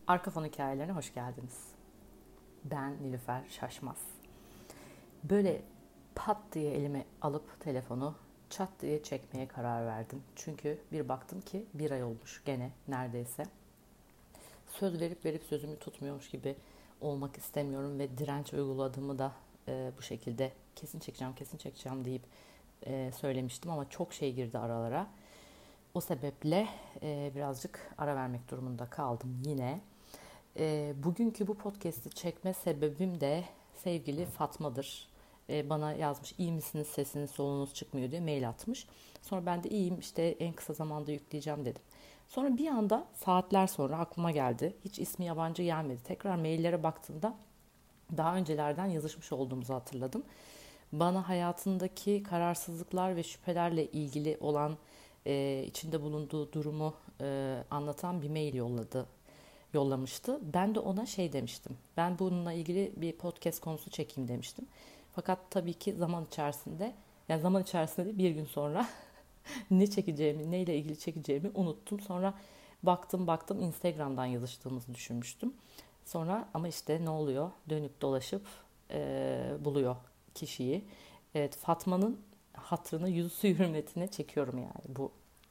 Arka fon hikayelerine hoş geldiniz. Ben Nilüfer Şaşmaz. Böyle pat diye elime alıp telefonu çat diye çekmeye karar verdim. Çünkü bir baktım ki bir ay olmuş gene neredeyse. Söz verip sözümü tutmuyormuş gibi olmak istemiyorum ve direnç uyguladığımı da bu şekilde kesin çekeceğim deyip söylemiştim ama çok şey girdi aralara. O sebeple birazcık ara vermek durumunda kaldım yine. Bugünkü bu podcast'i çekme sebebim de sevgili Fatma'dır. Bana yazmış, iyi misiniz, sesiniz solunuz çıkmıyor diye mail atmış. Sonra ben de iyiyim işte en kısa zamanda yükleyeceğim dedim. Sonra bir anda saatler sonra aklıma geldi. Hiç ismi yabancı gelmedi. Tekrar maillere baktığımda daha öncelerden yazışmış olduğumuzu hatırladım. Bana hayatındaki kararsızlıklar ve şüphelerle ilgili olan içinde bulunduğu durumu anlatan bir mail yollamıştı. Ben de ona şey demiştim. Ben bununla ilgili bir podcast konusu çekeyim demiştim. Fakat tabii ki zaman içerisinde de bir gün sonra ne çekeceğimi, neyle ilgili çekeceğimi unuttum. Sonra baktım Instagram'dan yazıştığımızı düşünmüştüm. Sonra ama işte ne oluyor? Dönüp dolaşıp buluyor kişiyi. Evet, Fatma'nın hatırını, yüzü hürmetine çekiyorum yani bu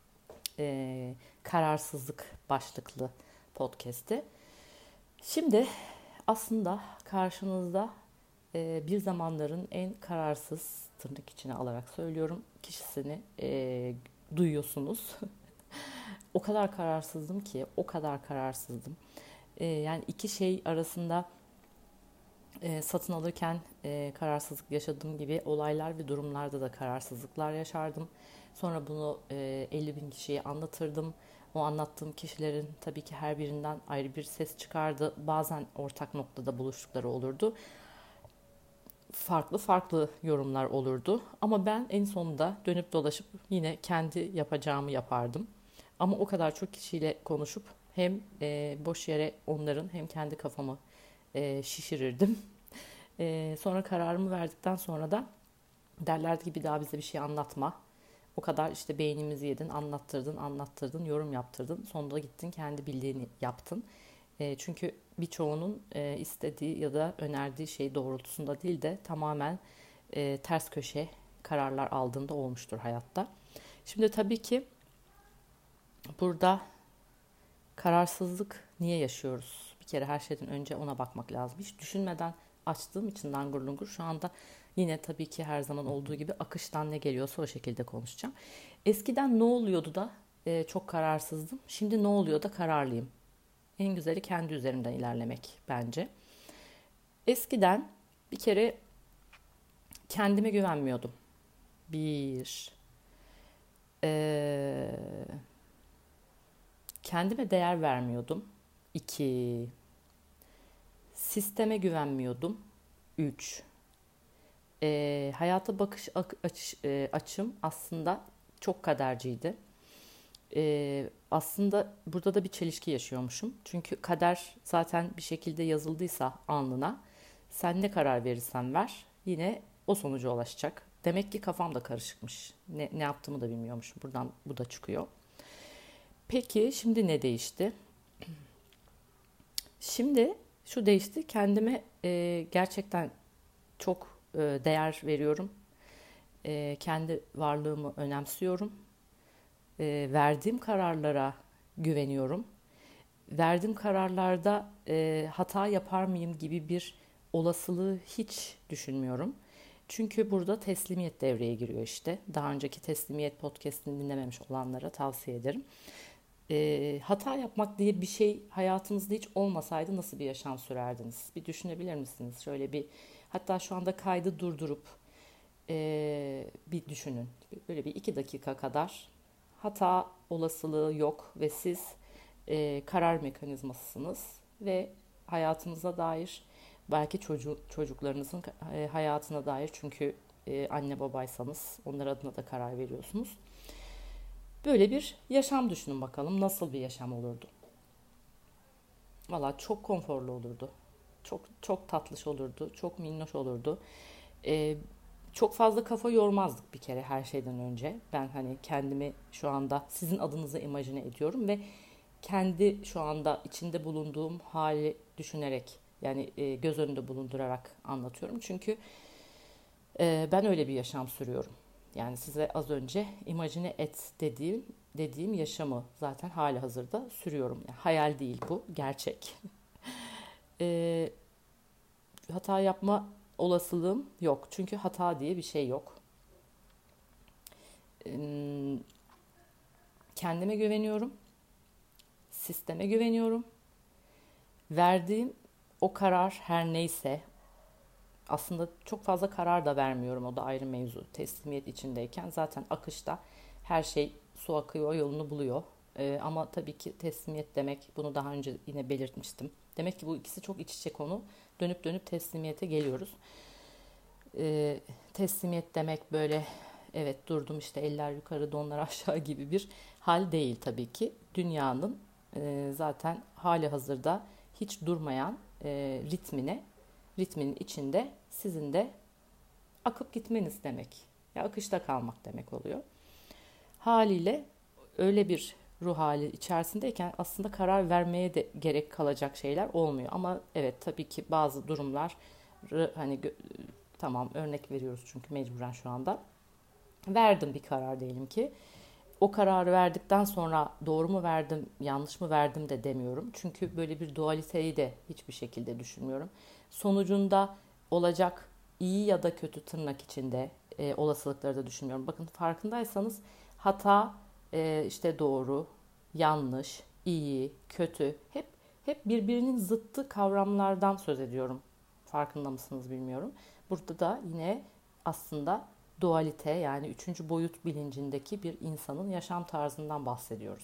kararsızlık başlıklı podcast'i. Şimdi aslında karşınızda bir zamanların en kararsız, tırnak içine alarak söylüyorum, kişisini duyuyorsunuz. O kadar kararsızdım ki, o kadar kararsızdım. Yani iki şey arasında satın alırken kararsızlık yaşadığım gibi olaylar ve durumlarda da kararsızlıklar yaşardım. Sonra bunu 50 bin kişiye anlatırdım. O anlattığım kişilerin tabii ki her birinden ayrı bir ses çıkardı. Bazen ortak noktada buluştukları olurdu. Farklı yorumlar olurdu. Ama ben en sonunda dönüp dolaşıp yine kendi yapacağımı yapardım. Ama o kadar çok kişiyle konuşup hem boş yere onların hem kendi kafamı şişirirdim. Sonra kararımı verdikten sonra da derlerdi ki bir daha bize bir şey anlatma. O kadar işte beynimizi yedin, anlattırdın, yorum yaptırdın. Sonunda gittin kendi bildiğini yaptın. Çünkü birçoğunun istediği ya da önerdiği şey doğrultusunda değil de tamamen ters köşe kararlar aldığında olmuştur hayatta. Şimdi tabii ki burada kararsızlık niye yaşıyoruz? Bir kere her şeyden önce ona bakmak lazım. Hiç düşünmeden açtığım için langur lungur şu anda yine tabii ki her zaman olduğu gibi akıştan ne geliyorsa o şekilde konuşacağım. Eskiden ne oluyordu da çok kararsızdım. Şimdi ne oluyor da kararlıyım. En güzeli kendi üzerimden ilerlemek bence. Eskiden bir kere kendime güvenmiyordum. Bir, ee, kendime değer vermiyordum. İki, sisteme güvenmiyordum. Üç, hayata açım aslında çok kaderciydi. Aslında burada da bir çelişki yaşıyormuşum. Çünkü kader zaten bir şekilde yazıldıysa alnına sen ne karar verirsen ver yine o sonuca ulaşacak. Demek ki kafam da karışıkmış. Ne yaptığımı da bilmiyormuşum. Buradan bu da çıkıyor. Peki şimdi ne değişti? Şimdi şu değişti. Kendime gerçekten çok değer veriyorum. Kendi varlığımı önemsiyorum. Verdiğim kararlara güveniyorum. Verdiğim kararlarda hata yapar mıyım gibi bir olasılığı hiç düşünmüyorum. Çünkü burada teslimiyet devreye giriyor işte. Daha önceki teslimiyet podcast'ini dinlememiş olanlara tavsiye ederim. Hata yapmak diye bir şey hayatınızda hiç olmasaydı nasıl bir yaşam sürerdiniz? Bir düşünebilir misiniz? Şöyle bir, hatta şu anda kaydı durdurup bir düşünün. Böyle bir 2 dakika kadar hata olasılığı yok ve siz karar mekanizmasısınız ve hayatınıza dair belki çocuklarınızın hayatına dair çünkü anne babaysanız onlar adına da karar veriyorsunuz. Böyle bir yaşam düşünün bakalım nasıl bir yaşam olurdu. Valla çok konforlu olurdu. Çok tatlış olurdu. Çok minnoş olurdu. Ee, Çok fazla kafa yormazdık bir kere her şeyden önce. Ben hani kendimi şu anda sizin adınıza imajine ediyorum ve kendi şu anda içinde bulunduğum hali düşünerek, yani göz önünde bulundurarak anlatıyorum. Çünkü ben öyle bir yaşam sürüyorum. Yani size az önce imagine et dediğim yaşamı zaten hali hazırda sürüyorum. Yani hayal değil, bu gerçek. E, Hata yapma olasılığım yok. Çünkü hata diye bir şey yok. E, Kendime güveniyorum, sisteme güveniyorum. Verdiğim o karar her neyse, aslında çok fazla karar da vermiyorum, o da ayrı mevzu. Teslimiyet içindeyken zaten akışta her şey su akıyor, yolunu buluyor. Ama tabii ki teslimiyet demek, bunu daha önce yine belirtmiştim. Demek ki bu ikisi çok iç içe konu. Dönüp dönüp teslimiyete geliyoruz. Teslimiyet demek böyle evet durdum işte eller yukarı donlar aşağı gibi bir hal değil tabii ki. Dünyanın zaten hali hazırda hiç durmayan ritminin içinde sizin de akıp gitmeniz demek. Ya akışta kalmak demek oluyor. Haliyle öyle bir ruh hali içerisindeyken aslında karar vermeye de gerek kalacak şeyler olmuyor. Ama evet tabii ki bazı durumlar hani tamam örnek veriyoruz çünkü mecburen şu anda. Verdim bir karar diyelim ki. O kararı verdikten sonra doğru mu verdim, yanlış mı verdim de demiyorum. Çünkü böyle bir dualiteyi de hiçbir şekilde düşünmüyorum. Sonucunda olacak iyi ya da kötü tırnak içinde olasılıkları da düşünmüyorum. Bakın farkındaysanız hata, işte doğru, yanlış, iyi, kötü hep birbirinin zıttı kavramlardan söz ediyorum. Farkında mısınız bilmiyorum. Burada da yine aslında dualite, yani üçüncü boyut bilincindeki bir insanın yaşam tarzından bahsediyoruz.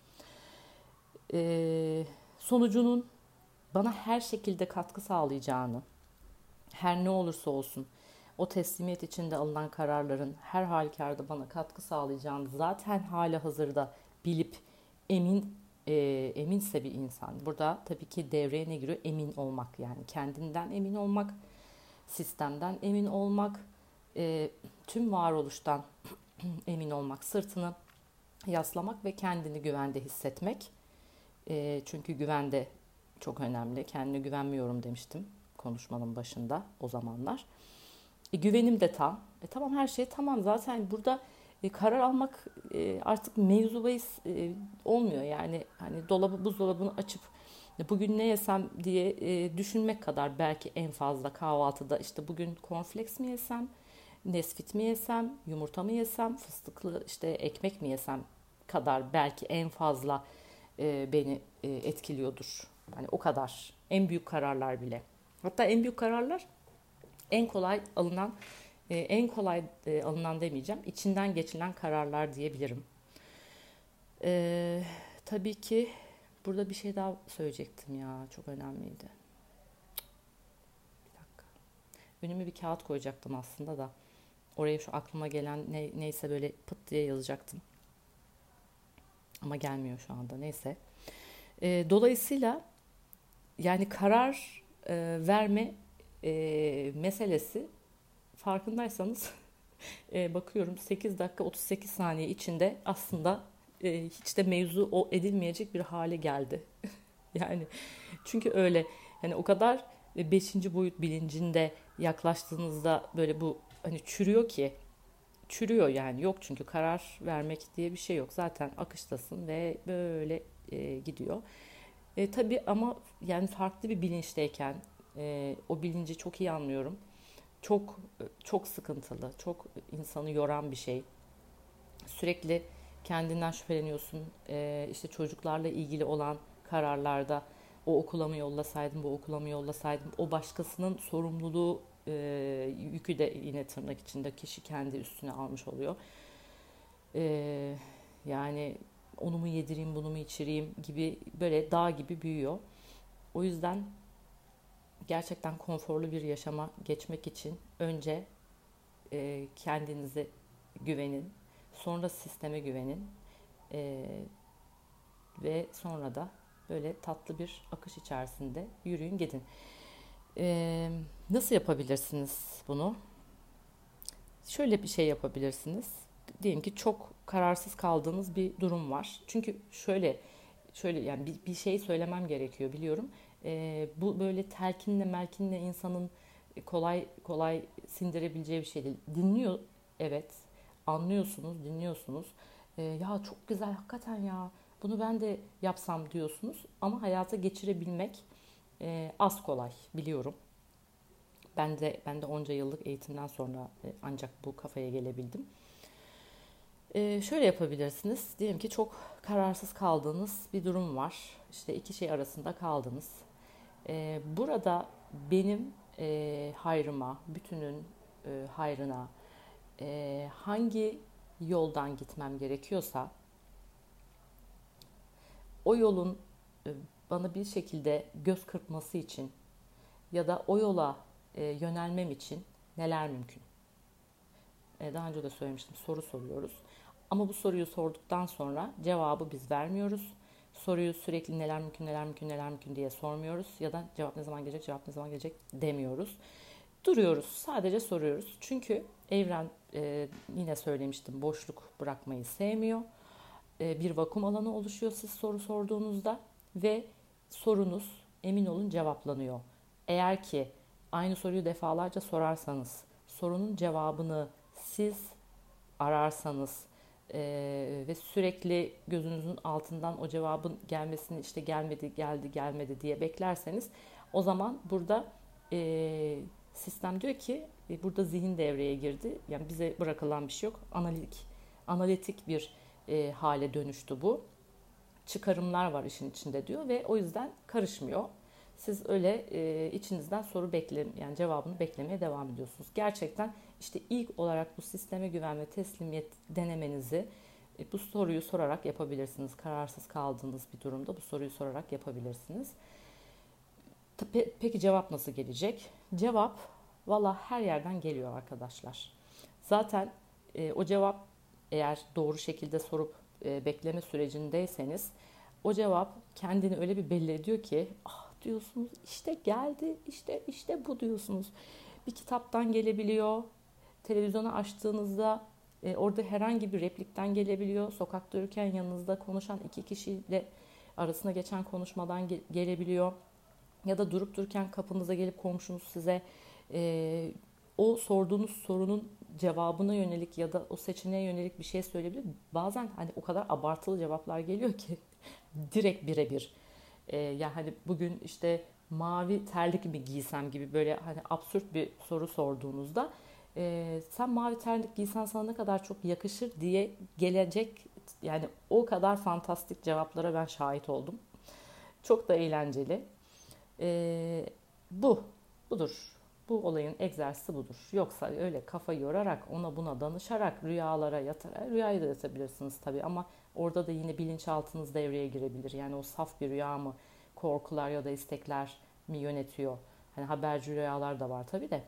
Sonucunun bana her şekilde katkı sağlayacağını, her ne olursa olsun o teslimiyet içinde alınan kararların her halükarda bana katkı sağlayacağını zaten hali hazırda bilip emin eminse bir insan. Burada tabii ki devreye ne giriyor? Emin olmak, yani kendinden emin olmak, sistemden emin olmak, tüm varoluştan emin olmak, sırtını yaslamak ve kendini güvende hissetmek. Çünkü güvende çok önemli. Kendine güvenmiyorum demiştim konuşmanın başında o zamanlar. Güvenim de tam. Tamam, her şey tamam. Zaten burada karar almak artık mevzu bahis olmuyor. Yani hani buzdolabını açıp bugün ne yesem diye düşünmek kadar, belki en fazla kahvaltıda işte bugün cornflakes mi yesem, Nesfit mi yesem, yumurta mı yesem, fıstıklı işte ekmek mi yesem kadar belki en fazla beni etkiliyordur. Yani o kadar. En büyük kararlar bile. Hatta en büyük kararlar en kolay alınan demeyeceğim, İçinden geçilen kararlar diyebilirim. Tabii ki burada bir şey daha söyleyecektim ya, çok önemliydi. Bir dakika. Önüme bir kağıt koyacaktım aslında da. Oraya şu aklıma gelen neyse böyle pıt diye yazacaktım. Ama gelmiyor şu anda, neyse. Dolayısıyla yani karar verme meselesi, farkındaysanız bakıyorum 8 dakika 38 saniye içinde aslında hiç de mevzu o edilmeyecek bir hale geldi. Yani çünkü öyle, hani o kadar beşinci boyut bilincinde yaklaştığınızda böyle bu hani çürüyor yani, yok çünkü karar vermek diye bir şey yok. Zaten akıştasın ve böyle gidiyor. Tabii ama yani farklı bir bilinçteyken o bilinci çok iyi anlıyorum. Çok çok sıkıntılı, çok insanı yoran bir şey. Sürekli kendinden şüpheleniyorsun. İşte çocuklarla ilgili olan kararlarda o okula mı yollasaydım, bu okula mı yollasaydım, o başkasının sorumluluğu yükü de yine tırnak içinde kişi kendi üstüne almış oluyor. E, Yani onu mu yedireyim, bunu mu içireyim gibi, böyle dağ gibi büyüyor. O yüzden gerçekten konforlu bir yaşama geçmek için önce kendinize güvenin, sonra sisteme güvenin e, ve sonra da böyle tatlı bir akış içerisinde yürüyün gidin. Nasıl yapabilirsiniz bunu? Şöyle bir şey yapabilirsiniz. Diyelim ki çok kararsız kaldığınız bir durum var. Çünkü şöyle şöyle yani bir şey söylemem gerekiyor biliyorum. Bu böyle telkinle melkinle insanın kolay kolay sindirebileceği bir şey değil. Dinliyor, evet, anlıyorsunuz, dinliyorsunuz. Ya çok güzel hakikaten ya, bunu ben de yapsam diyorsunuz ama hayata geçirebilmek az kolay biliyorum. Ben de onca yıllık eğitimden sonra ancak bu kafaya gelebildim. Şöyle yapabilirsiniz. Diyelim ki çok kararsız kaldığınız bir durum var. İşte iki şey arasında kaldınız. Burada benim hayrıma, bütünün hayrına hangi yoldan gitmem gerekiyorsa o yolun e, bana bir şekilde göz kırpması için ya da o yola yönelmem için neler mümkün? Daha önce de söylemiştim, soru soruyoruz. Ama bu soruyu sorduktan sonra cevabı biz vermiyoruz. Soruyu sürekli neler mümkün, neler mümkün, neler mümkün diye sormuyoruz. Ya da cevap ne zaman gelecek, cevap ne zaman gelecek demiyoruz. Duruyoruz, sadece soruyoruz. Çünkü evren, yine söylemiştim, boşluk bırakmayı sevmiyor. Bir vakum alanı oluşuyor siz soru sorduğunuzda ve sorunuz emin olun cevaplanıyor. Eğer ki aynı soruyu defalarca sorarsanız, sorunun cevabını siz ararsanız ve sürekli gözünüzün altından o cevabın gelmesini, işte gelmedi, geldi, gelmedi diye beklerseniz, o zaman burada sistem diyor ki burada zihin devreye girdi. Yani bize bırakılan bir şey yok. Analitik bir hale dönüştü bu. Çıkarımlar var işin içinde diyor ve o yüzden karışmıyor. Siz öyle içinizden soru yani cevabını beklemeye devam ediyorsunuz. Gerçekten işte ilk olarak bu sisteme güven ve teslimiyet denemenizi bu soruyu sorarak yapabilirsiniz. Kararsız kaldığınız bir durumda bu soruyu sorarak yapabilirsiniz. Peki cevap nasıl gelecek? Cevap valla her yerden geliyor arkadaşlar. Zaten o cevap, eğer doğru şekilde sorup bekleme sürecindeyseniz, o cevap kendini öyle bir belli ediyor ki ah diyorsunuz, işte geldi, işte bu diyorsunuz. Bir kitaptan gelebiliyor. Televizyonu açtığınızda orada herhangi bir replikten gelebiliyor. Sokakta yürürken yanınızda konuşan iki kişiyle arasına geçen konuşmadan gelebiliyor. Ya da durup dururken kapınıza gelip komşunuz size o sorduğunuz sorunun cevabına yönelik ya da o seçeneğe yönelik bir şey söyleyebilir. Bazen hani o kadar abartılı cevaplar geliyor ki direkt birebir. Yani hani bugün işte mavi terlik mi giysem gibi böyle hani absürt bir soru sorduğunuzda sen mavi terlik giysen sana ne kadar çok yakışır diye gelecek, yani o kadar fantastik cevaplara ben şahit oldum. Çok da eğlenceli. Ee, bu, budur. Bu olayın egzersizi budur. Yoksa öyle kafa yorarak, ona buna danışarak, rüyalara yatarak, rüyayı da yatabilirsiniz tabii ama orada da yine bilinçaltınız devreye girebilir. Yani o saf bir rüya mı, korkular ya da istekler mi yönetiyor? Hani haberci rüyalar da var tabii de.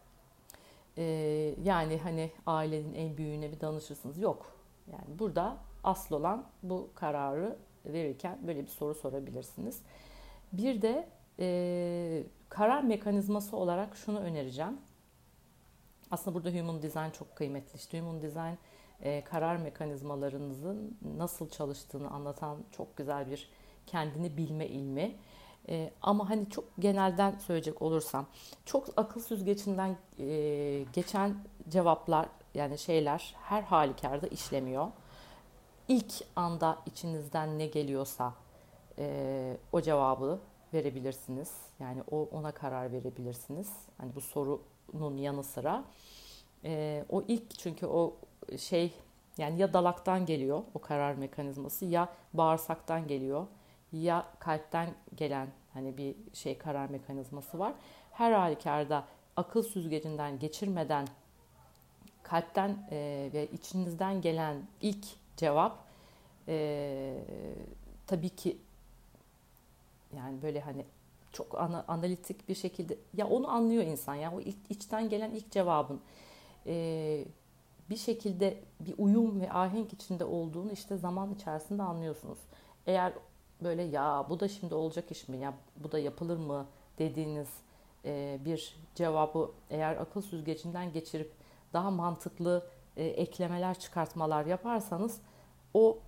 Yani hani ailenin en büyüğüne bir danışırsınız. Yok. Yani burada asıl olan bu kararı verirken böyle bir soru sorabilirsiniz. Bir de karar mekanizması olarak şunu önereceğim. Aslında burada Human Design çok kıymetli. İşte Human Design karar mekanizmalarınızın nasıl çalıştığını anlatan çok güzel bir kendini bilme ilmi. Ama hani çok genelden söyleyecek olursam, çok akıl süzgecinden geçen cevaplar, yani şeyler her halükarda işlemiyor. İlk anda içinizden ne geliyorsa o cevabı verebilirsiniz. Yani ona karar verebilirsiniz. Hani bu sorunun yanı sıra o ilk, çünkü o şey, yani ya dalaktan geliyor o karar mekanizması, ya bağırsaktan geliyor, ya kalpten gelen hani bir şey karar mekanizması var. Her halükarda akıl süzgecinden geçirmeden kalpten ve içinizden gelen ilk cevap tabii ki, yani böyle hani çok analitik bir şekilde ya onu anlıyor insan, ya o içten gelen ilk cevabın bir şekilde bir uyum ve ahenk içinde olduğunu işte zaman içerisinde anlıyorsunuz. Eğer böyle ya bu da şimdi olacak iş mi, ya bu da yapılır mı dediğiniz bir cevabı eğer akıl süzgecinden geçirip daha mantıklı eklemeler, çıkartmalar yaparsanız o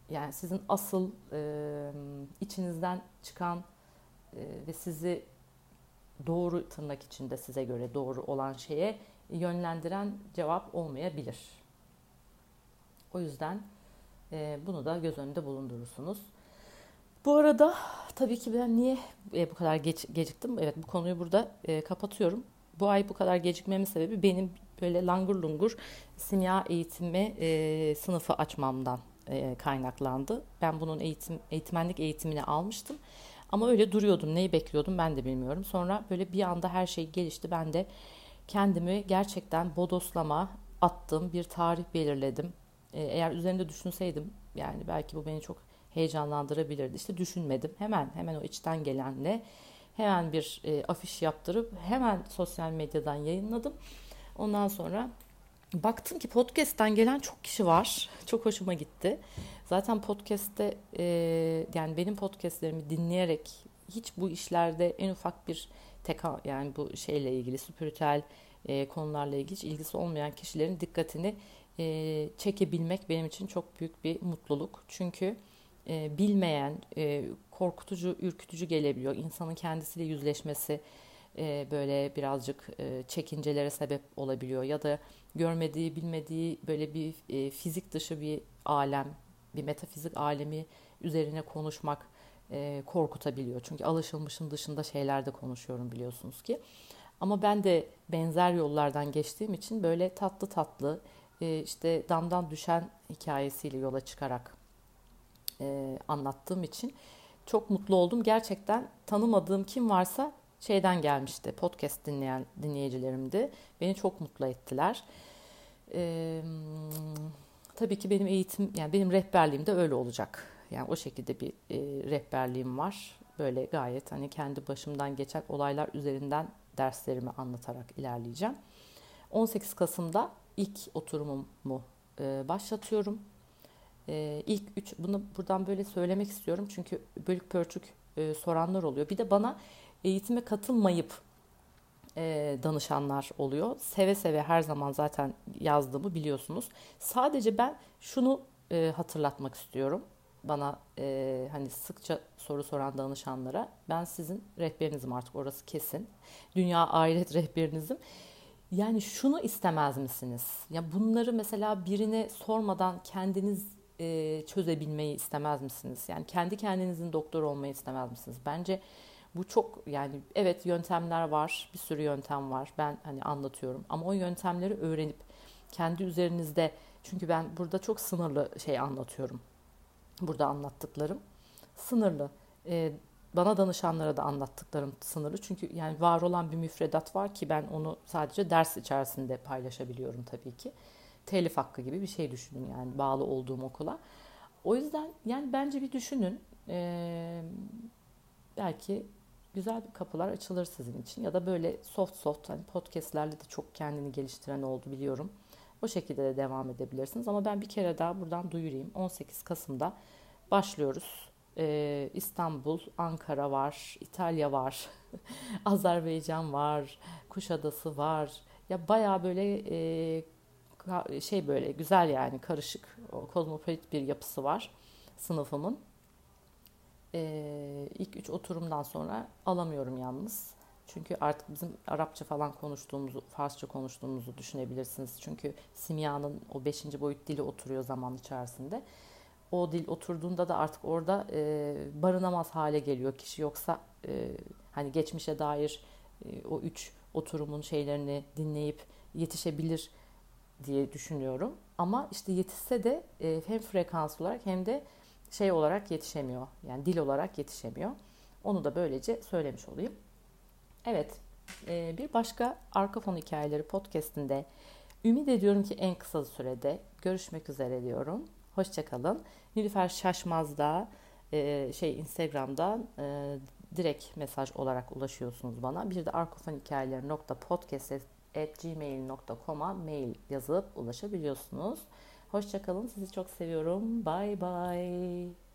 yani sizin asıl içinizden çıkan ve sizi doğru, tırnak içinde size göre doğru olan şeye yönlendiren cevap olmayabilir. O yüzden bunu da göz önünde bulundurursunuz. Bu arada tabii ki ben niye bu kadar geciktim? Evet, bu konuyu burada kapatıyorum. Bu ay bu kadar gecikmemin sebebi benim böyle langur lungur simya eğitimi sınıfı açmamdan kaynaklandı. Ben bunun eğitmenlik eğitimini almıştım. Ama öyle duruyordum. Neyi bekliyordum ben de bilmiyorum. Sonra böyle bir anda her şey gelişti. Ben de kendimi gerçekten bodoslama attım. Bir tarih belirledim. Eğer üzerinde düşünseydim yani belki bu beni çok heyecanlandırabilirdi. İşte düşünmedim. Hemen o içten gelenle hemen bir afiş yaptırıp hemen sosyal medyadan yayınladım. Ondan sonra baktım ki podcast'ten gelen çok kişi var. Çok hoşuma gitti. Zaten podcast'te yani benim podcast'lerimi dinleyerek hiç bu işlerde en ufak bir yani bu şeyle ilgili spiritüel konularla ilgili hiç ilgisi olmayan kişilerin dikkatini çekebilmek benim için çok büyük bir mutluluk. Çünkü bilmeyen, korkutucu, ürkütücü gelebiliyor. İnsanın kendisiyle yüzleşmesi böyle birazcık çekincelere sebep olabiliyor. Ya da görmediği, bilmediği böyle bir fizik dışı bir alem, bir metafizik alemi üzerine konuşmak korkutabiliyor. Çünkü alışılmışın dışında şeylerde konuşuyorum biliyorsunuz ki. Ama ben de benzer yollardan geçtiğim için böyle tatlı tatlı işte damdan düşen hikayesiyle yola çıkarak anlattığım için çok mutlu oldum. Gerçekten tanımadığım kim varsa şeyden gelmişti. Podcast dinleyen dinleyicilerimdi. Beni çok mutlu ettiler. Tabii ki benim yani benim rehberliğim de öyle olacak. Yani o şekilde bir rehberliğim var. Böyle gayet hani kendi başımdan geçen olaylar üzerinden derslerimi anlatarak ilerleyeceğim. 18 Kasım'da ilk oturumumu başlatıyorum. İlk 3 bunu buradan böyle söylemek istiyorum çünkü bölük pörçük soranlar oluyor. Bir de bana eğitime katılmayıp danışanlar oluyor. Seve seve her zaman zaten yazdığımı biliyorsunuz. Sadece ben şunu hatırlatmak istiyorum. Bana hani sıkça soru soran danışanlara ben sizin rehberinizim artık orası kesin. Dünya ahiret rehberinizim. Yani şunu istemez misiniz? Ya bunları mesela birine sormadan kendiniz çözebilmeyi istemez misiniz? Yani kendi kendinizin doktor olmayı istemez misiniz? Bence bu çok yani evet yöntemler var, bir sürü yöntem var. Ben hani anlatıyorum ama o yöntemleri öğrenip kendi üzerinizde çünkü ben burada çok sınırlı şey anlatıyorum. Burada anlattıklarım sınırlı. Bana danışanlara da anlattıklarım sınırlı. Çünkü yani var olan bir müfredat var ki ben onu sadece ders içerisinde paylaşabiliyorum tabii ki. Telif hakkı gibi bir şey düşünün yani bağlı olduğum okula. O yüzden yani bence bir düşünün. Belki güzel bir kapılar açılır sizin için. Ya da böyle soft hani podcastlerle de çok kendini geliştiren oldu biliyorum. O şekilde de devam edebilirsiniz. Ama ben bir kere daha buradan duyurayım. 18 Kasım'da başlıyoruz. İstanbul, Ankara var, İtalya var, Azerbaycan var, Kuşadası var. Ya bayağı böyle şey böyle güzel yani karışık, kozmopolit bir yapısı var sınıfımın. İlk 3 oturumdan sonra alamıyorum yalnız. Çünkü artık bizim Arapça falan konuştuğumuzu, Farsça konuştuğumuzu düşünebilirsiniz. Çünkü simyanın o beşinci boyut dili oturuyor zaman içerisinde. O dil oturduğunda da artık orada barınamaz hale geliyor kişi. Yoksa hani geçmişe dair o 3 oturumun şeylerini dinleyip yetişebilir diye düşünüyorum. Ama işte yetişse de hem frekans olarak hem de şey olarak yetişemiyor. Yani dil olarak yetişemiyor. Onu da böylece söylemiş olayım. Evet, bir başka Arka Fon Hikayeleri podcast'inde ümit ediyorum ki en kısa sürede görüşmek üzere diyorum. Hoşçakalın. Nilüfer Şaşmaz'da Instagram'dan direkt mesaj olarak ulaşıyorsunuz bana. Bir de arkafonhikayeleri.podcast@gmail.com'a mail yazıp ulaşabiliyorsunuz. Hoşçakalın. Sizi çok seviyorum. Bye bye.